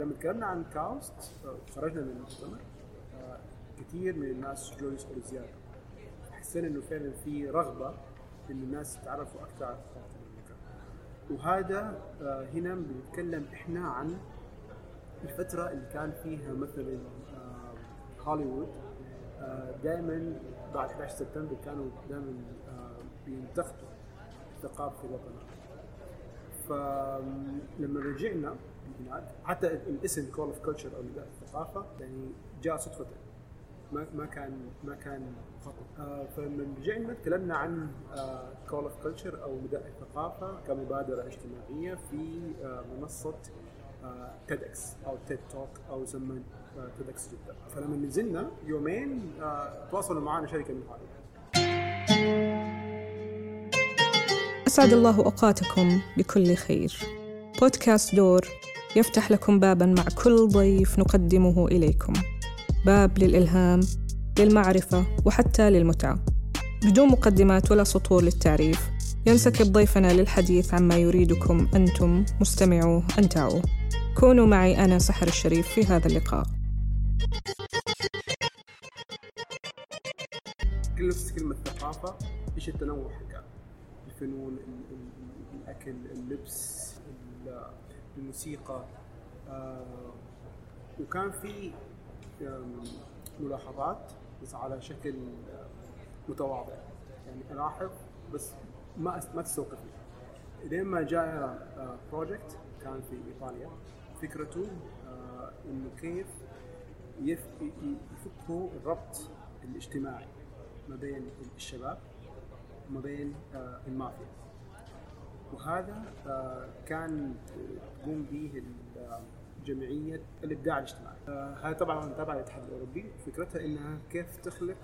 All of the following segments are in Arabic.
لما تكلمنا عن كاوست خرجنا من المؤتمر، كثير من الناس جو يسألوا زيادة. حسينا إنه فعلا في رغبة إن الناس تعرفوا أكثر عن ثقافة المملكة. وهذا هنا بنتكلم إحنا عن الفترة اللي كان فيها مثلا هوليوود دائما بعد 11 سبتمبر كانوا دائما بينتقدوا الثقافة في وطننا. فلما رجعنا هناك حتى الاسم Call of Culture أو نداء الثقافة يعني جاء صدفة، ما كان خطأ. فلما رجعنا تكلمنا عن Call of Culture أو نداء الثقافة كمبادرة اجتماعية في منصة TEDx أو TED Talk أو يسمى TEDx جدة. فلما نزلنا يومين تواصلوا معنا شركة من هولندا. أسعد الله أوقاتكم بكل خير. بودكاست دور يفتح لكم باباً مع كل ضيف نقدمه إليكم، باب للإلهام، للمعرفة وحتى للمتعة. بدون مقدمات ولا سطور للتعريف ينسكب ضيفنا للحديث عما يريدكم أنتم مستمعوه أن تعوا. كونوا معي أنا سحر الشريف في هذا اللقاء. كلمة ثقافة إيش التنوع حقها؟ الفنون، الأكل، اللبس، الموسيقى. وكان في ملاحظات بس على شكل متواضع، يعني ألاحظ بس ما تستوقفني. لين ما جاء بروجكت كان في إيطاليا، فكرته إنه كيف يفكوا الربط الاجتماعي ما بين الشباب وما بين المافيا. وهذا كان تقوم به جمعية الإبداع الاجتماعي. هذا طبعا تابع للاتحاد الأوروبي. فكرتها إنها كيف تخلق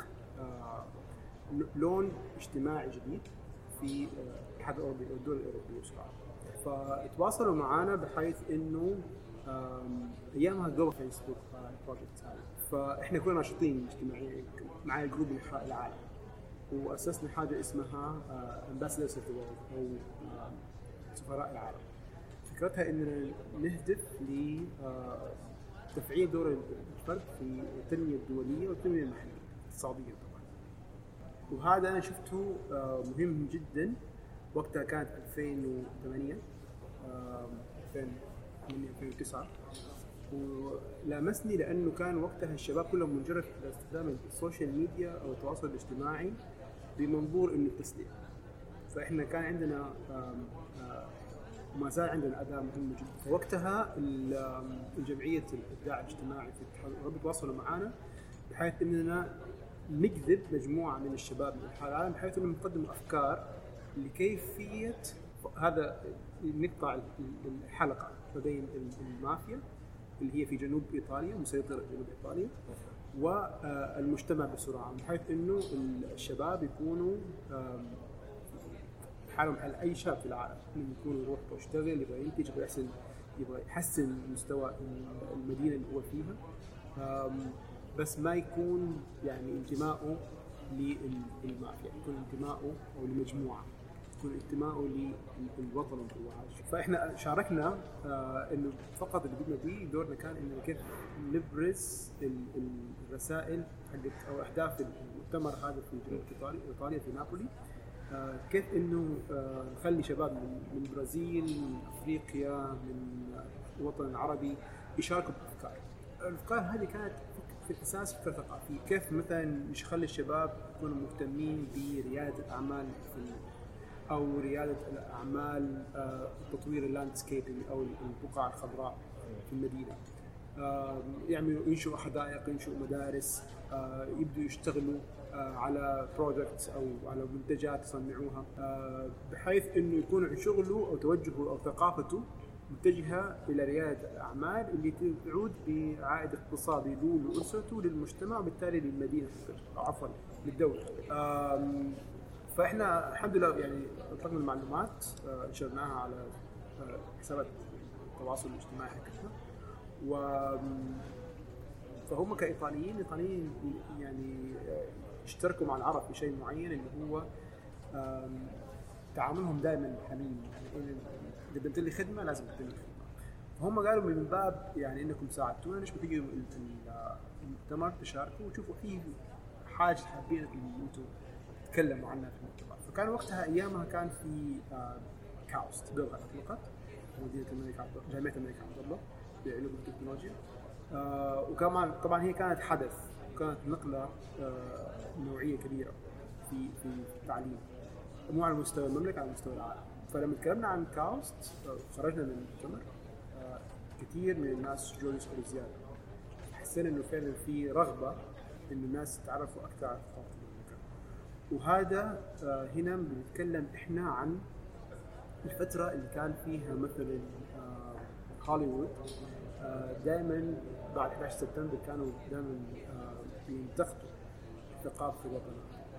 لون اجتماعي جديد في الاتحاد الأوروبي والدول الأوروبية بصراحة. فتواصلوا معنا بحيث إنه أيامها جوه فيسبوك البروجكت هذا، فإحنا كنا ناشطين اجتماعيا مع الجروب العالم، وأسسنا حاجة اسمها Ambassadors of the World أو سفراء العالم. فكرتها إننا نهدف لتفعيل دور الفرد في التنمية الدولية والتنمية المحلية الاقتصادية طبعا. وهذا أنا شفته مهم جدا. وقتها كانت 2008 2009 ولامسني لأنه كان وقتها الشباب كلهم منجرف إلى استخدام السوشيال ميديا أو التواصل الاجتماعي بمنظور إنه التسلية. فإحنا كان عندنا ما زال عندنا أداة مهمة جدا. فوقتها الجمعية الإبداع الاجتماعي في الاتحاد الأوروبي تواصلوا معنا بحيث إننا نجذب مجموعة من الشباب من أنحاء العالم بحيث إنهم يقدموا أفكار لكيفية هذا نقطع الحلقة ما بين المافيا اللي هي في جنوب إيطاليا، مسيطرة جنوب إيطاليا، والمجتمع بسرعة، بحيث إنه الشباب يكونوا حالهم حال أي شاب في العالم، إنه يكون يروح ويشتغل، يبغى ينتج، يبغى يحسن مستوى المدينة اللي هو فيها، بس ما يكون يعني انتمائه للمافيا، يكون انتمائه أو لمجموعة، يكون انتمائه للوطن اللي هو عايش. فإحنا شاركنا إنه فقط اللي بدنا فيه دورنا كان إنه كيف نبرز الرسائل حقت أو أهداف المؤتمر هذا في جنوب إيطاليا في نابولي. كيف إنه نخلي شباب من البرازيل، من أفريقيا، من الوطن العربي يشاركوا بأفكار. الأفكار هذه كانت في الأساس فكرة ثقافية. كيف مثلا نخلي الشباب يكونوا مهتمين بريادة الأعمال أو ريادة الأعمال، تطوير اللاندسكيبينج أو البقع الخضراء في المدينة، يعملوا ينشئوا حدائق، ينشئوا مدارس، يبدوا يشتغلوا على بروجكتس أو على منتجات يصنعوها، بحيث إنه يكون شغله أو توجهه أو ثقافته متجهة إلى ريادة الأعمال اللي تعود بعائد اقتصادي له لأسرته للمجتمع وبالتالي للمدينة أو عفوا للدولة. فإحنا الحمد لله يعني أطلقنا المعلومات، نشرناها على حسابات التواصل الاجتماعي حقتنا. فهم كإيطاليين يعني اشتركوا مع العرب في شيء معين اللي هو تعاملهم دائما حميم، يعني إذا قدمت لي خدمة لازم تقدم لي خدمة. هم قالوا من باب يعني انكم ساعدتونا، ليش بتيجوا المؤتمر تشاركوا وتشوفوا في حاجه حابين ان انتم تتكلموا عنها في المؤتمر. فكان وقتها ايامها كان في كاوست دوله اطلقت مدينه الملك عبد الله، جامعه الملك عبد الله لعلوم التكنولوجيا. وكمان طبعا هي كانت حدث، كانت نقله نوعيه كبيره في التعليم، مو على مستوى المملكه، على مستوى العالم. فلما تكلمنا عن كاوست خرجنا من المؤتمر كثير من الناس جو يسألوا زياده، حسينا انه فعلا في رغبه انه الناس يتعرفوا اكثر على ثقافه المملكه. وهذا هنا بنتكلم احنا عن الفتره اللي كان فيها مثلا هوليوود دائما بعد 11 سبتمبر كانوا دائما بينتقدوا الثقافه في الوطن.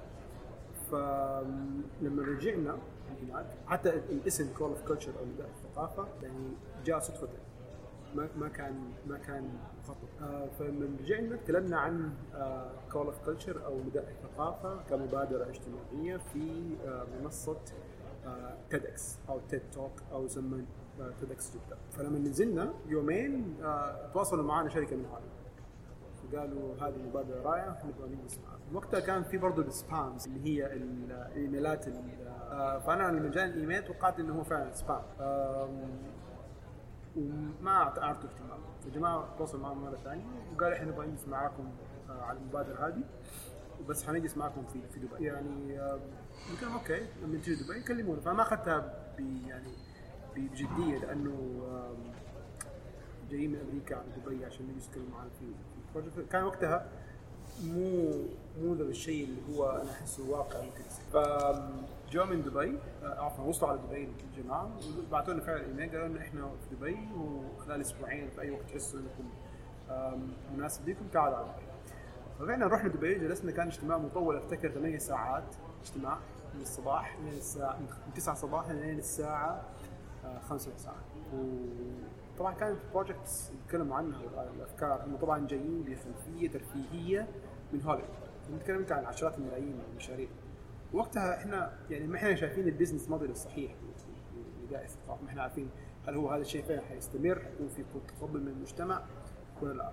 فلما رجعنا هناك حتى الاسم كول اوف كلتشر او نداء الثقافه يعني جاء صدفه، ما كان مخطط. فلما رجعنا تكلمنا عن كول اوف كلتشر او نداء الثقافه كمبادره اجتماعيه في منصه تيدكس او تيد توك او يسمى تيدكس جدة. فلما نزلنا يومين تواصلوا معنا شركه من هوليوود وقالوا هذه مبادره رائعه نبغى نجلس معاكم. وقتها كان في برضه السبامز اللي هي الايميلات فانا لما جاني الايميل توقعت انه هو فعلا سبام وما اعطيته اهتمام. فالجماعه تواصلوا معنا مره ثانيه وقالوا احنا نبغى نجلس معاكم على المبادره هذه بس حنجلس معاكم في دبي. يعني قلت لهم اوكي لما تجي دبي كلمونا. فما اخذتها يعني بجديه لانه جايين من امريكا على دبي عشان نجلس نتكلم معاهم في البروجكت. كان وقتها مو ذا الشيء اللي هو انا احسه واقع ممكن يصير. فجاء من دبي عفوا وصلوا على دبي الجماعه وبعثوا لنا فعلا ايميل قالوا لنا احنا في دبي وخلال اسبوعين في اي وقت تحسوا انكم مناسب لكم تعالوا على دبي. ففعلا رحنا دبي جلسنا. كان اجتماع مطول افتكر 8 ساعات اجتماع من الصباح من الساعه 9 صباحا لين الساعه 5 مساء. وطبعا كانت بروجكتس يتكلموا عنها والافكار. هم طبعا جايين بخلفيه ترفيهيه من هوليوود، نتكلم عن عشرات الملايين من المشاريع. وقتها احنا يعني ما احنا شايفين البيزنس موديل الصحيح لنداء الثقافه، ما احنا عارفين هل هو هذا الشيء فعلا حيستمر وفي تقبل من المجتمع ولا لا.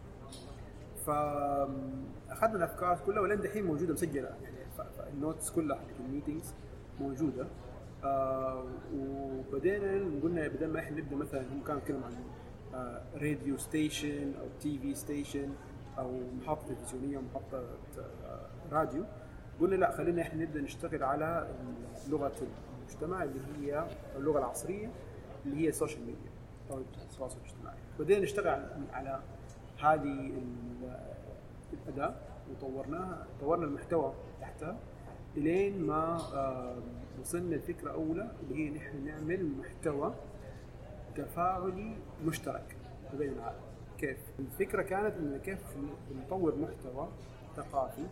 فاخذنا الافكار كلها ولين دحين موجوده مسجله، يعني النوتس كلها حقت الميتينجز موجوده. وبدينا قلنا بدل ما احنا نبدا مثلا هم كانوا يتكلموا عن راديو ستيشن او تي في ستيشن او محطه تلفزيونيه ومحطه راديو، قلنا لا خلينا احنا نبدا نشتغل على لغه المجتمع اللي هي اللغه العصريه اللي هي السوشيال ميديا او التواصل الاجتماعي. بدينا نشتغل على هذه الاداه طورنا المحتوى تحتها الين ما وصلنا لفكره اولى اللي هي نحن نعمل محتوى تفاعلي مشترك بين العالم. كيف الفكره كانت ان كيف نطور محتوى ثقافي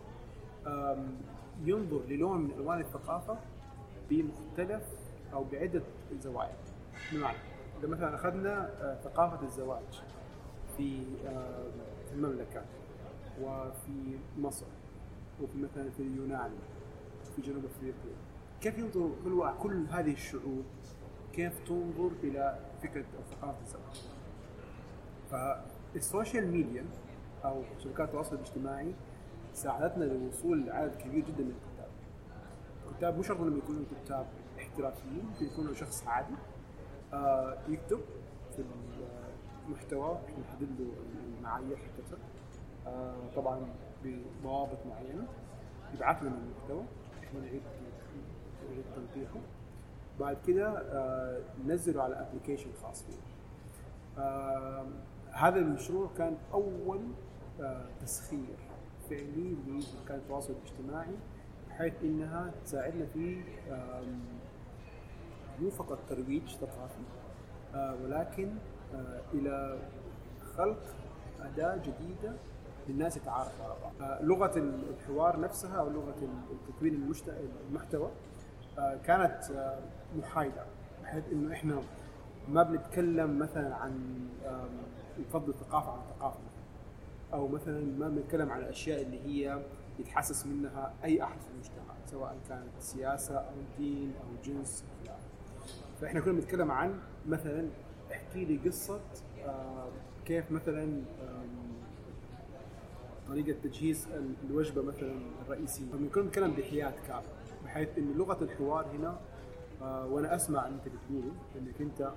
ينظر للون من الوان الثقافه بمختلف او بعده زوايا. بمعنى اذا مثلا اخذنا ثقافه الزواج في المملكه وفي مصر وفي مثلا في اليونان في جنوب افريقيا، كيف ينظر كل هذه الشعوب كيف تنظر الى فكره ثقافه الزواج. فالسوشيال ميديا او شبكات التواصل الاجتماعي ساعدتنا للوصول لعدد كبير جدا من الكتاب مو شرط انهم يكونوا كتاب احترافيين، ممكن يكونوا شخص عادي يكتب في المحتوى احنا نحدد له المعايير حقتها طبعا بضوابط معينه، يبعث لنا المحتوى احنا نعيد تنقيحه، بعد كده ننزله على ابلكيشن خاص فيه. هذا المشروع كان اول تسخير فعلي لمكان التواصل الاجتماعي بحيث انها تساعدنا في مو فقط ترويج ثقافي ولكن الى خلق اداه جديده للناس يتعارفوا على بعض. لغه الحوار نفسها او لغه التكوين المحتوى كانت محايده بحيث انه احنا ما بنتكلم مثلا عن نفضل الثقافه عن الثقافه او مثلا ما بنتكلم عن الاشياء اللي هي يتحسس منها اي احد في المجتمع سواء كانت سياسه او دين او جنس. فاحنا كنا بنتكلم عن مثلا احكي لي قصة كيف مثلا طريقة تجهيز الوجبة مثلا الرئيسية. فبنكون نتكلم بحياد كامل، بحيث إن لغة الحوار هنا وأنا أسمع أنت بتقوله إنك أنت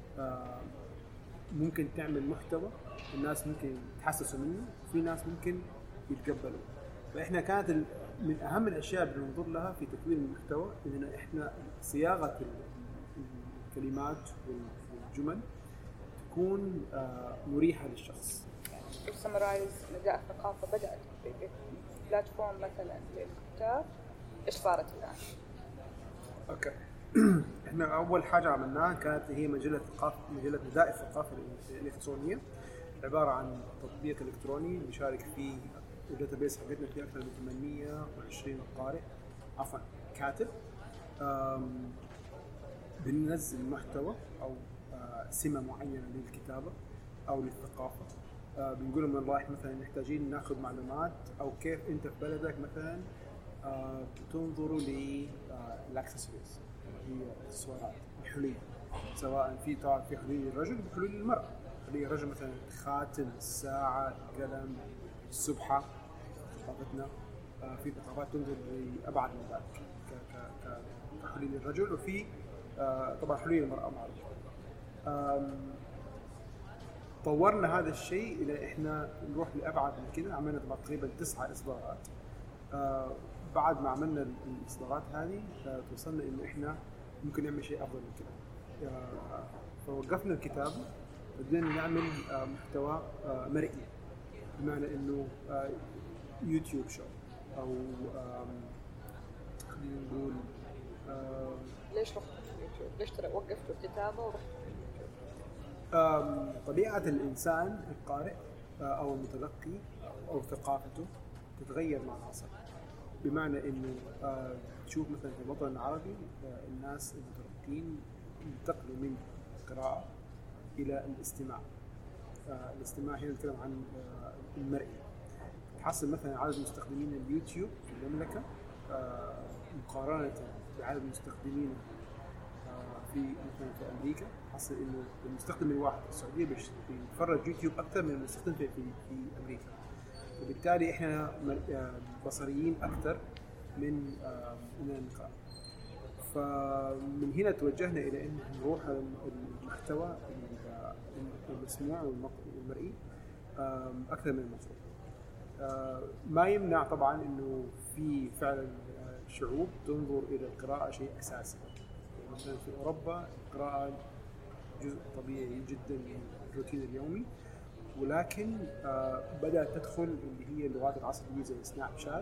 ممكن تعمل محتوى الناس ممكن يتحسسوا منه، وفي ناس ممكن يتقبلوا. فإحنا كانت من أهم الأشياء اللي بننظر لها في تكوين المحتوى إننا إحنا صياغة الكلمات والجمل تكون مريحة للشخص. To summarize نداء الثقافة بدأت ببلاتفورم مثلا للكتاب، إيش صارت الآن؟ أوكي. إحنا أول حاجة عملناها كانت هي مجلة نداء الثقافة الإلكترونية، عبارة عن تطبيق إلكتروني نشارك فيه الداتابيس حقتنا فيه أكثر من 820 قارئ كاتب. بننزل محتوى أو سمة معينة للكتابة أو للثقافة. بنقول لهم والله إحنا مثلا محتاجين ناخذ معلومات، أو كيف أنت في بلدك مثلا تنظروا للأكسسوارز، هي الاكسسوارات الحلي، سواء في حلي للرجل وحلي للمرأة. حلي الرجل مثلا خاتم، الساعة، القلم، السبحة. ثقافتنا في ثقافات تنظر لأبعد من ذلك كحلي للرجل، وفي طبعا حلي للمرأة معروفة. طورنا هذا الشيء إلى إحنا نروح لأبعد من كده. عملنا تقريبا 9 إصدارات. بعد ما عملنا الإصدارات هذه توصلنا إنه إحنا ممكن نعمل شيء أفضل من كده. فوقفنا الكتابة، بدنا نعمل محتوى مرئي، بمعنى إنه يوتيوب شو أو خلينا نقول ليش رحت اليوتيوب؟ ليش وقفتوا الكتابة ورحتوا اليوتيوب؟ طبيعة الإنسان القارئ أو المتلقي أو ثقافته تتغير مع العصر. بمعنى إنه تشوف مثلا في الوطن العربي الناس المتلقين انتقلوا من القراءة إلى الاستماع. الاستماع هنا نتكلم عن المرئي. تحصل مثلا عدد مستخدمين اليوتيوب في المملكة مقارنة بعدد مستخدمين في مثلا في أمريكا. حصل إنه المستخدم الواحد في السعودية بيتفرج يوتيوب أكثر من المستخدم في أمريكا، وبالتالي إحنا بصريين أكثر من القراءة. فمن هنا توجهنا إلى أن نروح المحتوى المسموع والمرئي أكثر من المفروض. ما يمنع طبعا إنه في فعلا شعوب تنظر إلى القراءة شيء أساسي. مثلا في أوروبا القراءة جزء طبيعي جدا من الروتين اليومي، ولكن بدأت تدخل اللي هي اللغات العصر الجديدة زي سناب شات،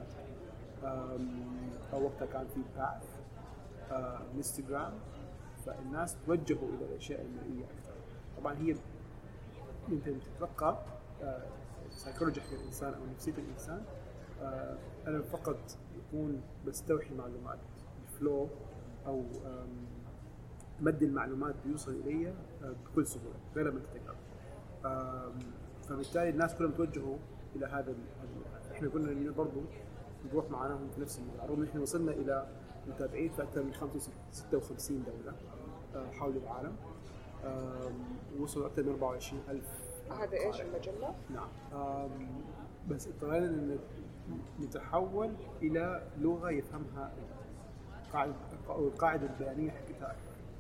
أو وقتها كان في باث، انستغرام. فالناس توجهوا إلى الأشياء المرئية أكثر. طبعا هي أنت تتلقى سايكولوجي حق الإنسان أو نفسية الإنسان. أنا فقط يكون بستوحي معلومات، الفلو أو مد المعلومات بيوصل إلي بكل سهولة غير ما تتقرأ. فبالتالي الناس كلهم توجهوا إلى هذا. إحنا قلنا برضو نروح معاهم في نفس الموضوع، رغم إحنا وصلنا إلى متابعين في أكثر من 56 دولة حول العالم، وصلوا أكثر من 24,000. هذا إيش المجلة؟ نعم. بس اضطرينا أن نتحول إلى لغة يفهمها القاعدة البيانية حقتها.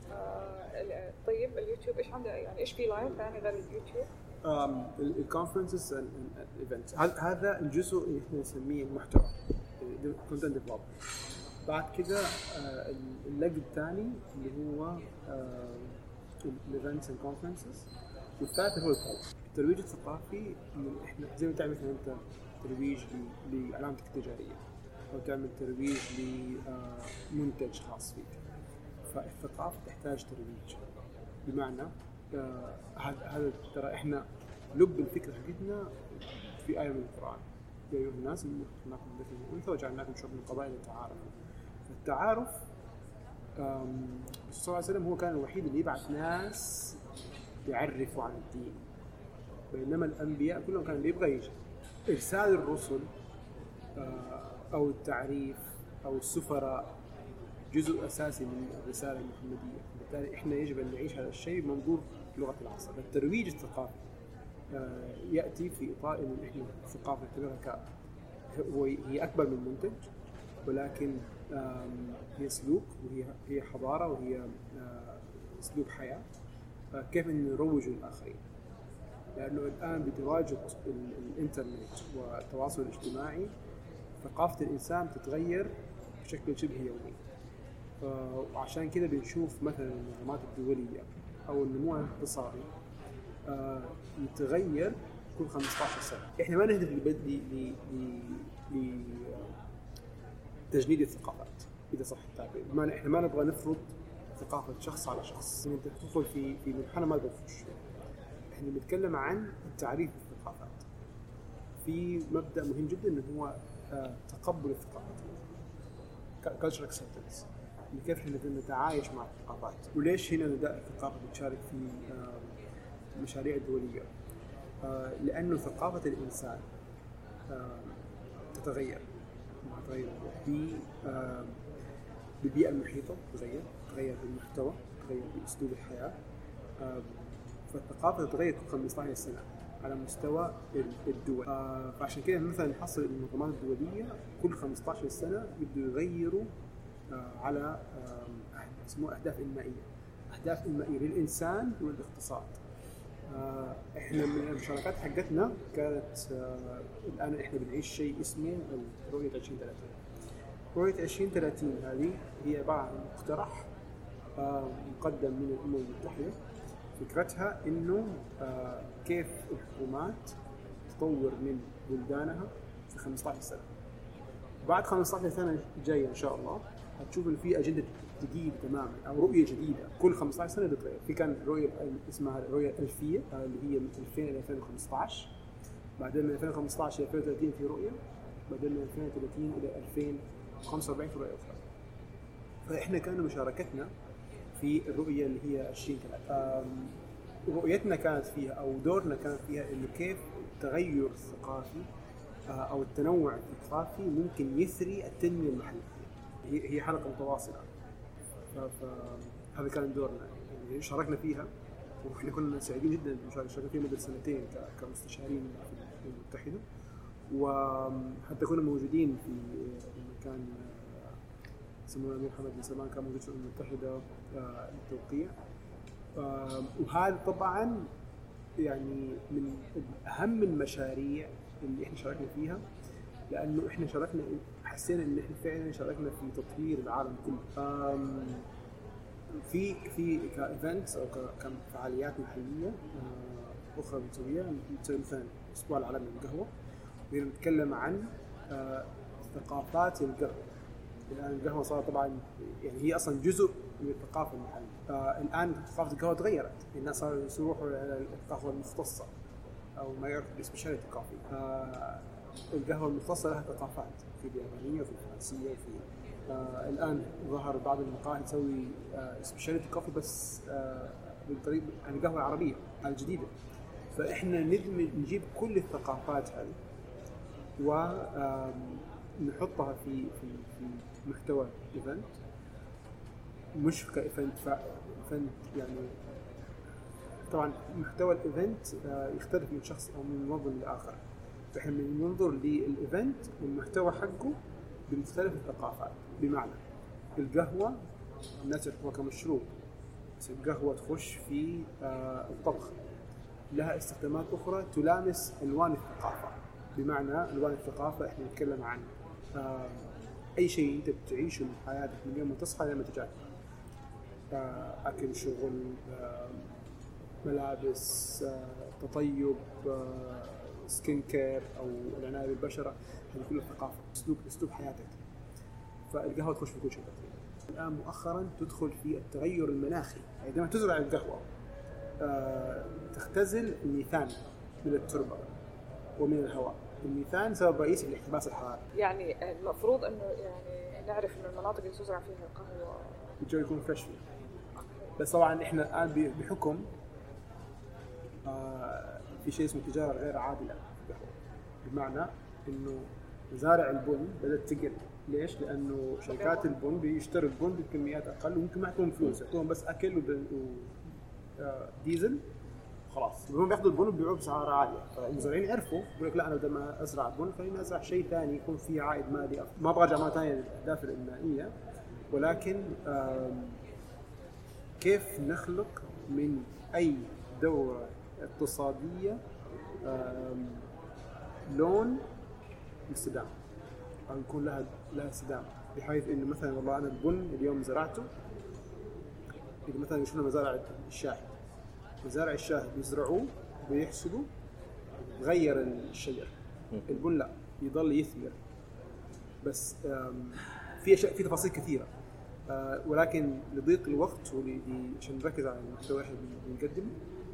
طيب اليوتيوب إيش عنده يعني إيش في لايف ثاني غير اليوتيوب؟ الكونفرنسز الايفنتس هذا الجزء اللي احنا نسميه المحتوى كونتنت ديفلوبمنت. بعد كده اللق الثاني اللي هو الايفنتس والكونفرنسز، والثالث هو الترويج الثقافي. احنا زي ما تعمل مثلا انت ترويج لعلامتك التجاريه او تعمل ترويج لمنتج خاص فيك، فالثقافه تحتاج ترويج. بمعنى هذا ترى احنا لب الفكره حقتنا في آية من القرآن: يا أيها الناس إني خلقناكم من ذكر وأنثى وجعلناكم شعوبا وقبائل لتعارفوا. فالتعارف الرسول صلى الله عليه وسلم هو كان الوحيد اللي يبعث ناس يعرفوا عن الدين، بينما الأنبياء كلهم كانوا يبغى إرسال الرسل أو التعريف أو السفراء جزء أساسي من الرسالة المحمدية. بالتالي إحنا يجب أن نعيش هذا الشيء بمنظور لغة العصر. الترويج الثقافي يأتي في إطار إنه إحنا الثقافة نعتبرها هي أكبر من منتج، ولكن هي سلوك، وهي حضارة، وهي أسلوب حياة. كيف نروج للآخرين؟ لأنه الآن بتواجد الإنترنت والتواصل الاجتماعي ثقافة الإنسان تتغير بشكل شبه يومي. وعشان كده بنشوف مثلا المنظمات الدولية أو النمو الاقتصادي يتغير كل 15 سنة. إحنا ما نهدف لتجنيد الثقافات إذا صح التعبير، بمعنى إحنا ما نبغى نفرض ثقافة شخص على شخص. أنت تدخل في منحنى ما بنخش. إحنا بنتكلم عن التعريف بالثقافات. في مبدأ مهم جدا إنه هو تقبل الثقافات، cultural acceptance، كيف إحنا نتعايش مع الثقافات. وليش هنا نداء الثقافة بتشارك في المشاريع الدولية؟ لأنه ثقافة الإنسان تتغير مع تغير بالبيئة المحيطة، تتغير بالمحتوى، تتغير بأسلوب الحياة. فالثقافة تتغير كل 15 سنة على مستوى الدول. فعشان كده مثلا نحصل المنظمات الدولية كل 15 سنة يبدوا يغيروا على يسموها أهداف إنمائية للإنسان والاقتصاد. إحنا من المشاركات حقتنا كانت الآن إحنا بنعيش شيء اسمه رؤية 2030. رؤية 2030 هذه هي عبارة عن مقترح مقدم من الأمم المتحدة. فكرتها إنه كيف الحكومات تطور من بلدانها في 15 سنة. بعد 15 سنة جاية إن شاء الله هتشوف إن في أجندة جديدة تماماً أو رؤية جديدة كل 15 سنة بتتغير. في كان رؤية اسمها رؤية ألفية اللي هي من 2000 إلى 2015. بعدين من 2015 إلى 2030 في رؤية. بعدين من 2030 إلى 2045 في رؤية أخرى. فإحنا كان مشاركتنا في الرؤية اللي هي 2030. رؤيتنا كانت فيها أو دورنا كان فيها إنه كيف التغير الثقافي أو التنوع الثقافي ممكن يثري التنمية المحلية. هي حلقة متواصلة. فهذا كان دورنا، يعني شاركنا فيها، وإحنا كنا سعيدين جدا شاركنا فيها مدة سنتين كمستشارين في الأمم المتحدة. وحتى كنا موجودين في مكان سموه الأمير حمد بن سلمان، كان موجود في الأمم المتحدة للتوقيع. وهذا طبعا يعني من أهم المشاريع اللي إحنا شاركنا فيها، لأنه إحنا شاركنا حسينا إن إحنا فعلا شاركنا في تطوير العالم كله. في كإيفنتس أو كفعاليات محلية أخرى بنسويها، مثلا الأسبوع العالمي للقهوة، ونتكلم عن ثقافات القهوة. الآن القهوة صار طبعا يعني هي أصلا جزء من الثقافة المحلية. الآن ثقافة القهوة تغيرت، الناس صاروا يروحوا على القهوة المختصة أو ما يعرف بالسبيشاليتي كوفي. القهوة المختصة لها ثقافات، في اليابانية وفي الفرنسية وفي الآن ظهر بعض المقاهي تسوي سبيشاليتي كوفي بس بالطريقة يعني القهوة العربية الجديدة. فإحنا نجيب كل الثقافات هذه ونحطها في محتوى إيفنت، مش كإيفنت يعني طبعا محتوى الإيفنت يختلف من شخص أو من منظم لآخر. فإحنا بننظر للإيفنت والمحتوى حقه بمختلف الثقافات. بمعنى القهوة الناس يعرفوها كمشروب، بس القهوة تخش في الطبخ، لها استخدامات أخرى تلامس ألوان الثقافة. بمعنى ألوان الثقافة إحنا نتكلم عن أي شيء أنت بتعيشه من حياتك من يوم ما تصحى لما تجاك، أكل، شغل، ملابس، تطيب، سكين كير أو العناية بالبشرة، هذه كلها ثقافة، أسلوب حياتك. فالقهوة تخش في كل شيء. الآن مؤخرا تدخل في التغير المناخي. عندما تزرع القهوة تختزل الميثان من التربة ومن الهواء. الميثان سبب رئيسي لاحتباس الحرارة. يعني المفروض إنه يعني نعرف إنه المناطق اللي تزرع فيها القهوة الجو يكون فريش فيه. بس طبعا إحنا الآن بحكم في شيء اسمه تجارة غير عادلة في القهوة. بمعنى إنه مزارع البن بدأت تقل. ليش؟ لأنه شركات البن بيشتروا البن بكميات أقل وممكن ما يعطون فلوس، يعطون بس أكل وديزل خلاص هم بياخذوا البن وبيبيعوه بسعر عاليه. فالمزارعين عرفوا يقول لك لا انا بدل ما ازرع بن خليني ازرع شيء ثاني يكون فيه عائد مالي أفضل. ما ابغى ارجع مره ثانيه للاهداف الانمائيه، ولكن كيف نخلق من اي دوره اقتصاديه لون مستدام او يكون لها استدامه، بحيث انه مثلا والله انا البن اليوم زرعته، إذا مثلا يشوفون مزارع الشاهد، مزارع الشاهد يزرعوه ويحصدوا غير الشجر. البن لا، يضل يثمر، بس في أشياء، في تفاصيل كثيرة، ولكن لضيق الوقت عشان نركز على المحتوى اللي بنقدمه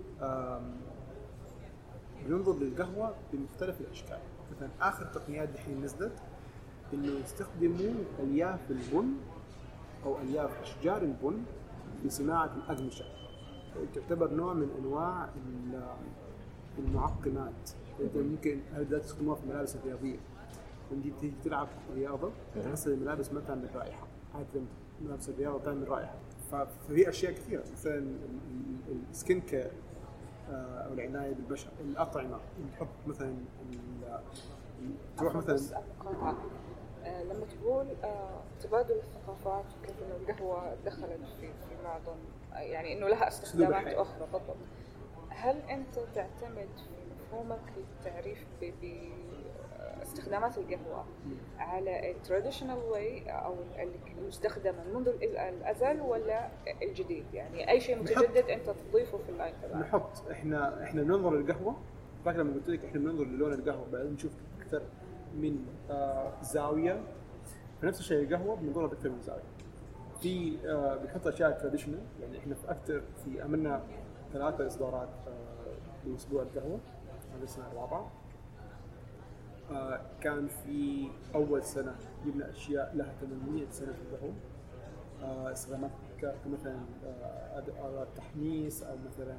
بننظر للقهوة بمختلف الأشكال. مثلا آخر تقنيات دحين نزلت إنه يستخدموا ألياف البن أو ألياف أشجار البن في صناعة الأقمشة. تعتبر نوع من أنواع المعقمات. ممكن هذا تستخدموها في الملابس الرياضية، لما تيجي تلعب رياضة تحس الملابس ما تعمل رائحة، عادة ملابس الرياضة تعمل رائحة. ففي أشياء كثيرة، مثلا السكين كير أو العناية بالبشرة، الأطعمة نحط مثلا تروح مثلا لما تقول تبادل الثقافات وكيف إنه القهوة دخلت في معظم، يعني إنه لها استخدامات أخرى بالضبط. هل أنت تعتمد في مفهومك للتعريف باستخدامات القهوة على التراديشنال واي أو المستخدمة منذ الأزل ولا الجديد؟ يعني أي شيء متجدد أنت تضيفه في اللاين تبعك. نحط إحنا ننظر للقهوة، فاكر لما قلت لك إحنا بننظر للون القهوة بعدين نشوف أكثر من زاوية. فنفس الشيء القهوة بننظرها بأكثر من زاوية. في بنحط أشياء تراديشنال، يعني إحنا في عملنا 3 إصدارات لأسبوع القهوة هذه السنة الرابعة. كان في أول سنة جبنا أشياء لها 800 سنة في القهوة، استخدامات كمثلا تحميص أو مثلا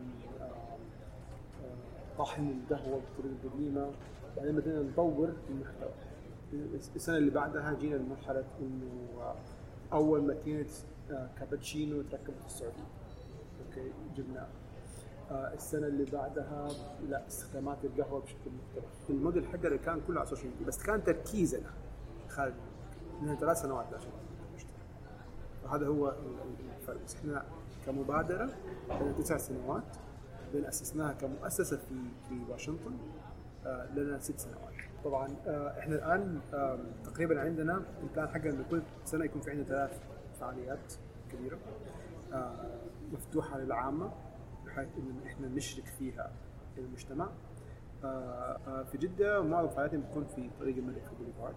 طحن القهوة بالطريقة القديمة. بعدين بدينا نطور المحتوى. السنة اللي بعدها جينا لمرحلة إنه أول ماكينة كابتشينو تركبت في السعودية، أوكي جبناها. السنة اللي بعدها لا، استخدامات القهوة بشكل مختلف. الموديل حقنا اللي كان كله على السوشيال ميديا، بس كان تركيزنا خارج من 3 سنوات لا شيء. وهذا هو الفرق. احنا كمبادرة لنا 9 سنوات، لأن أسسناها كمؤسسة في واشنطن لنا 6 سنوات. طبعا احنا الآن تقريبا عندنا البلان حقنا إنه كل سنة يكون في عندنا 3 فعاليات كبيرة مفتوحة للعامة، بحيث إن إحنا نشرك فيها المجتمع. في جدة معظم فعالياتنا بتكون في طريق الملك في بوليفارد.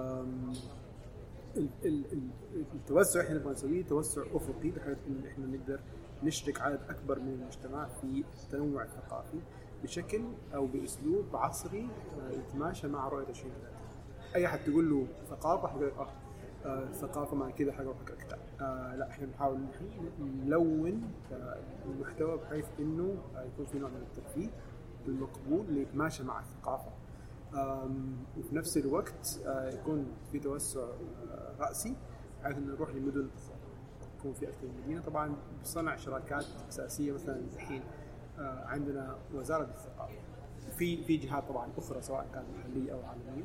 التوسع احنا نبغى نسويه توسع افقي، بحيث ان احنا نقدر نشرك عدد اكبر من المجتمع في التنوع الثقافي بشكل او باسلوب عصري يتماشى مع رؤيه 2030. اي احد تقول له ثقافه حيقول لك ثقافه مع كذا حاجه وحاجه لا، احنا بنحاول نلون المحتوى بحيث انه يكون في نوع من الترفيه المقبول اللي يتماشى مع الثقافه، وفي نفس الوقت يكون في توسع رأسي، بحيث إنه نروح لمدن يكون في أكثر من مدينة. طبعاً بصنع شراكات أساسية، مثلاً الحين عندنا وزارة الثقافة، في جهات طبعاً أخرى سواء كانت محلية أو عالمية.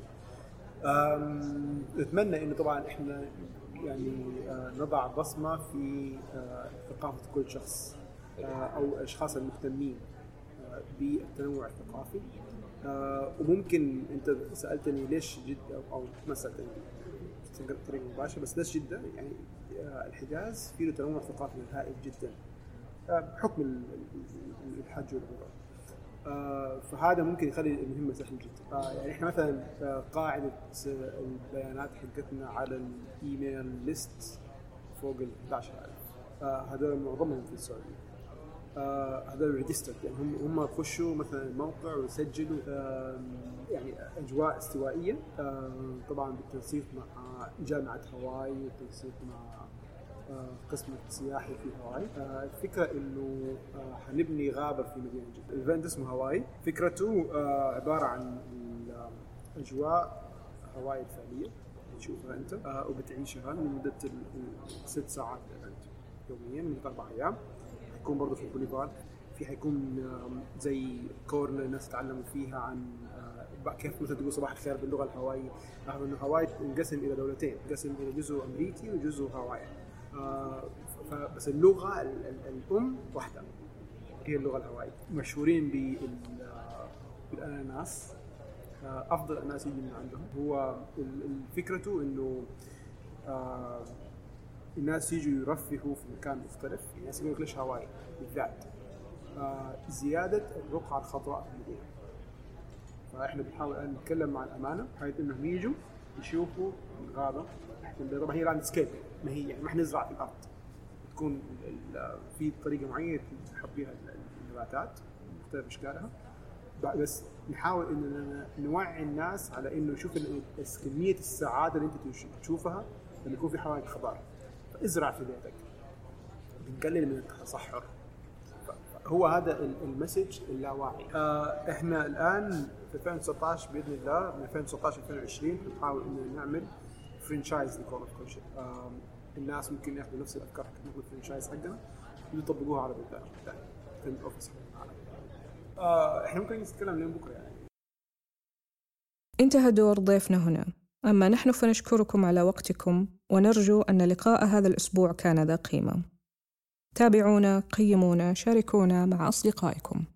نتمنى إنه طبعاً إحنا يعني نضع بصمة في ثقافة كل شخص أو أشخاص المهتمين بالتنوع الثقافي. وممكن انت سالتني ليش جده او ما سالتني بطريقه مباشره، بس ليش جده؟ يعني الحجاز فيه تنوع ثقافي هائل جدا بحكم الحج والعمره، فهذا ممكن يخلي المهمه سهله جدا. يعني احنا مثلا قاعده البيانات حقتنا على الايميل ليست فوق ال 11,000، هذول معظمهم في السعوديه. هذول ريجسترد، يعني هم يخشوا مثلا الموقع ويسجلوا يعني اجواء استوائيه، طبعا بالتنسيق مع جامعه هاواي والتنسيق مع قسم السياحي في هاواي. الفكره انه حنبني غابه في مدينه جده. الايفنت اسمه هاواي، فكرته عباره عن اجواء هاواي الفعليه تشوفها انت وبتعيشها لمده 6 ساعات الايفنت يوميا لمده 4 ايام. يكون برضه في البوليفارد في حيكون زي كورنر الناس يتعلموا فيها عن كيف مثلا تقول صباح الخير باللغة الهوائية. رغم إنه هاواي انقسم إلى دولتين، انقسم إلى جزء أمريكي وجزء هاواي. بس اللغة الأم واحدة هي اللغة الهوائية. مشهورين بالأناناس، أفضل أناناس يجي من عندهم. هو فكرته إنه الناس يجوا يرفهوا في مكان مختلف. الناس يقولوا ليش هاواي بالذات زيادة الرقعة الخضراء في المدينة. فإحنا بنحاول أن نتكلم مع الأمانة بحيث إنهم يجوا يشوفوا الغابة. طبعا هي لاند سكيب، ما هي يعني ما حنزرع في الأرض، تكون في طريقة معينة تحط بها النباتات مختلف أشكالها. بس نحاول إننا نوعي الناس على إنه شوف كمية السعادة اللي أنت تشوفها لما يكون في حواليك خضار. فازرع في بيتك، بنقلل من التصحر. هو هذا المسج اللاواعي. احنا الان في 2019 باذن الله، من 2019 2020 بنحاول انه نعمل فرانشايز لكول اوف كل شيء. الناس ممكن ياخذوا نفس الافكار حقت الفرانشايز حقنا ويطبقوها على بلدان ثانيه في الاوفيس حقنا. احنا ممكن نتكلم لين بكره يعني. انتهى دور ضيفنا هنا، أما نحن فنشكركم على وقتكم ونرجو أن لقاء هذا الأسبوع كان ذا قيمة. تابعونا، قيمونا، شاركونا مع أصدقائكم.